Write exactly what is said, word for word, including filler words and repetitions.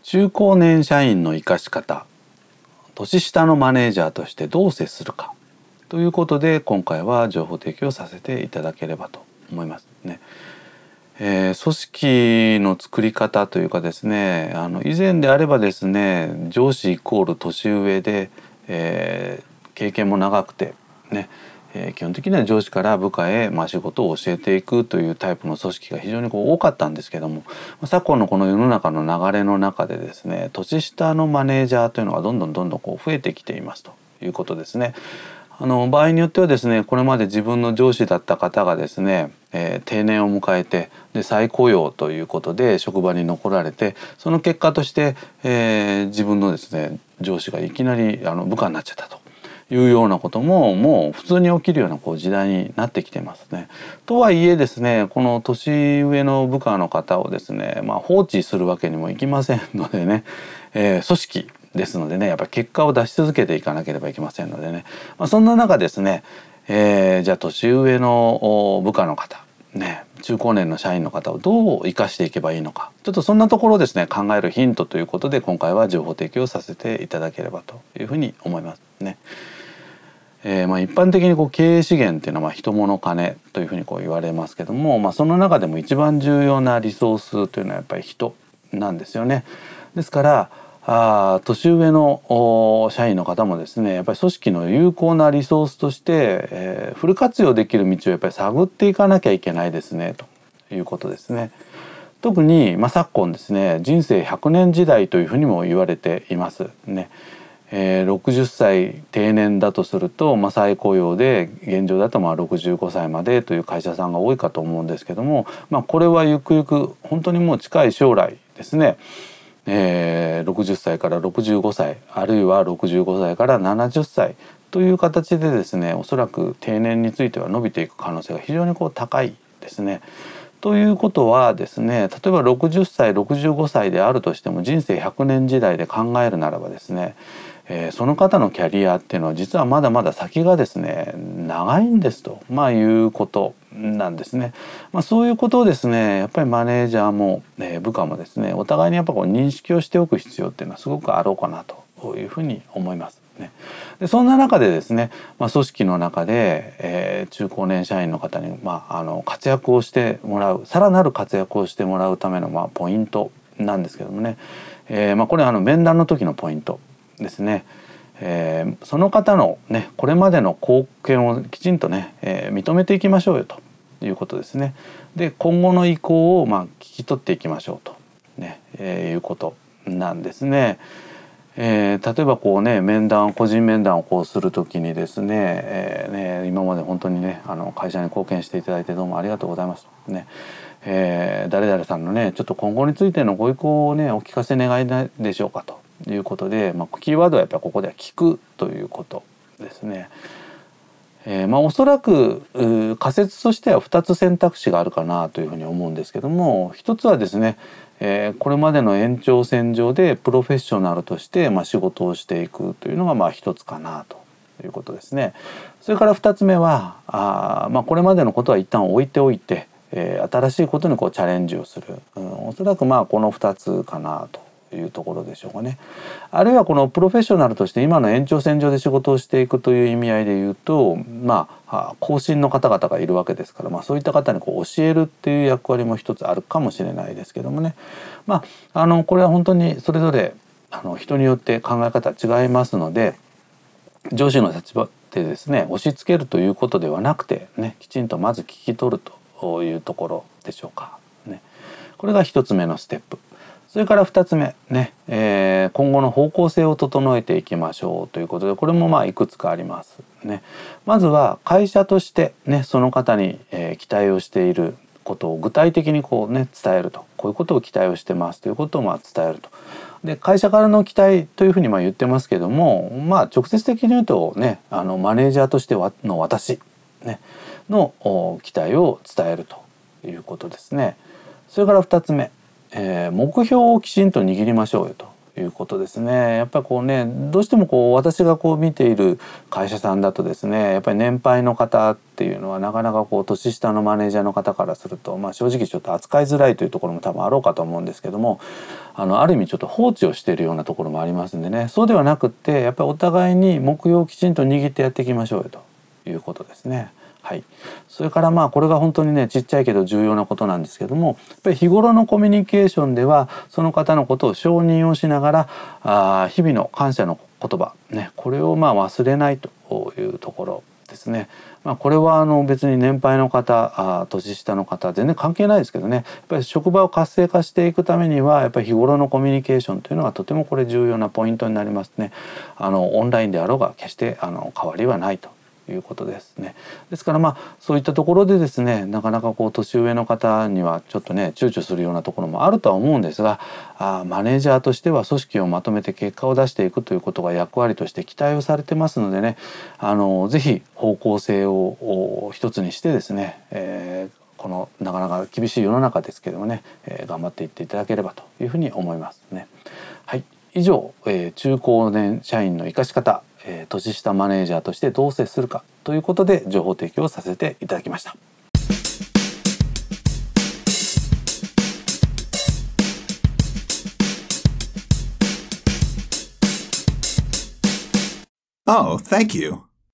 中高年社員の生かし方、年下のマネージャーとしてどう接するかということで、今回は情報提供させていただければと思いますね。えー、組織の作り方というかですね、あの以前であればですね、上司イコール年上で、えー、経験も長くてね、えー、基本的には上司から部下へ、まあ、仕事を教えていくというタイプの組織が非常にこう多かったんですけども、昨今のこの世の中の流れの中でですね、年下のマネージャーというのがどんどんどんどんこう増えてきていますということですね。あの場合によってはですね、これまで自分の上司だった方がですね、えー、定年を迎えてで再雇用ということで職場に残られて、その結果として、えー、自分のですね上司がいきなりあの部下になっちゃったというようなことももう普通に起きるようなこう時代になってきてますね。とはいえですね、この年上の部下の方をですね、まあ、放置するわけにもいきませんのでね、えー、組織ですのでね、やっぱり結果を出し続けていかなければいけませんのでね、まあ、そんな中ですね、えー、じゃあ年上の部下の方ね、中高年の社員の方をどう生かしていけばいいのか、ちょっとそんなところをですね考えるヒントということで、今回は情報提供させていただければというふうに思いますね。えー、まあ一般的にこう経営資源っていうのはまあ人物金というふうにこう言われますけども、まあ、その中でも一番重要なリソースというのはやっぱり人なんですよね。ですからあ年上の社員の方もですね、やっぱり組織の有効なリソースとして、えー、フル活用できる道をやっぱり探っていかなきゃいけないですねということですね。特に、まあ、昨今ですね、人生ひゃくねん時代というふうにも言われていますね。えー、ろくじゅっさい定年だとすると、まあ、再雇用で現状だとまあろくじゅうごさいまでという会社さんが多いかと思うんですけども、まあ、これはゆくゆく本当にもう近い将来ですね、えー、ろくじゅっさいからろくじゅうごさい、あるいはろくじゅうごさいからななじゅっさいという形でですね、おそらく定年については伸びていく可能性が非常にこう高いですね。ということはですね、例えばろくじゅっさいろくじゅうごさいであるとしても人生ひゃくねん時代で考えるならばですね、えー、その方のキャリアっていうのは実はまだまだ先がですね長いんですと、まあ、いうことなんですね。まあ、そういうことをですね、やっぱりマネージャーも、えー、部下もですね、お互いにやっぱこう認識をしておく必要っていうのはすごくあろうかなというふうに思いますね。でそんな中でですね、まあ、組織の中で、えー、中高年社員の方に、まあ、あの活躍をしてもらう、さらなる活躍をしてもらうための、まあ、ポイントなんですけどもね、えーまあ、これはあの面談の時のポイントですね。えー、その方のねこれまでの貢献をきちんとね、えー、認めていきましょうよということですね。で今後の意向をまあ聞き取っていきましょうと、ねえー、いうことなんですね。えー、例えばこうね面談個人面談をこうするときにですね、えー、ね今まで本当にねあの会社に貢献していただいてどうもありがとうございますね。えー、誰々さんのねちょっと今後についてのご意向をねお聞かせ願えないでしょうかということで、まあ、キーワードはやっぱりここでは聞くということですね。えーまあ、おそらく仮説としてはふたつ選択肢があるかなというふうに思うんですけども、ひとつはですね、えー、これまでの延長線上でプロフェッショナルとしてまあ仕事をしていくというのがまあひとつかなということですね。それからふたつめはあ、まあ、これまでのことは一旦置いておいて、えー、新しいことにこうチャレンジをする、うん、おそらくまあこのふたつかなというところでしょうかね。あるいはこのプロフェッショナルとして今の延長線上で仕事をしていくという意味合いで言うと、まあ後進の方々がいるわけですから、まあ、そういった方にこう教えるっていう役割も一つあるかもしれないですけどもね、まあ、あのこれは本当にそれぞれあの人によって考え方違いますので、上司の立場でですね押し付けるということではなくてね、きちんとまず聞き取るというところでしょうかね。これが一つ目のステップ。それからふたつめね、えー、今後の方向性を整えていきましょうということで、これもまあいくつかありますね。まずは会社としてねその方に、えー、期待をしていることを具体的にこうね伝えると、こういうことを期待をしてますということをまあ伝えると。で会社からの期待というふうにまあ言ってますけども、まあ直接的に言うとね、あのマネージャーとしてはの私ねの期待を伝えるということですね。それからふたつめ、えー、目標をきちんと握りましょうよということですね。やっぱりこうね、どうしてもこう私がこう見ている会社さんだとですね、やっぱり年配の方っていうのはなかなかこう年下のマネージャーの方からすると、まあ、正直ちょっと扱いづらいというところも多分あろうかと思うんですけども、あのある意味ちょっと放置をしているようなところもありますんでね、そうではなくってやっぱりお互いに目標をきちんと握ってやっていきましょうよということですね。はい、それからまあこれが本当にねちっちゃいけど重要なことなんですけども、やっぱり日頃のコミュニケーションではその方のことを承認をしながら、あ日々の感謝の言葉ね、これをまあ忘れないというところですね。まあ、これはあの別に年配の方、あ年下の方全然関係ないですけどね、やっぱり職場を活性化していくためにはやっぱり日頃のコミュニケーションというのがとてもこれ重要なポイントになりますね。あのオンラインであろうが決してあの変わりはないということですね。ですからまあそういったところでですね、なかなかこう年上の方にはちょっとね躊躇するようなところもあるとは思うんですが、あマネージャーとしては組織をまとめて結果を出していくということが役割として期待をされてますのでね、あのぜひ方向性を一つにしてですね、えー、このなかなか厳しい世の中ですけどもね、えー、頑張っていっていただければというふうに思いますね。はい、以上、えー、中高年社員の生かし方、えー、年下マネージャーとしてどう接するかということで情報提供させていただきました。 Oh, thank you.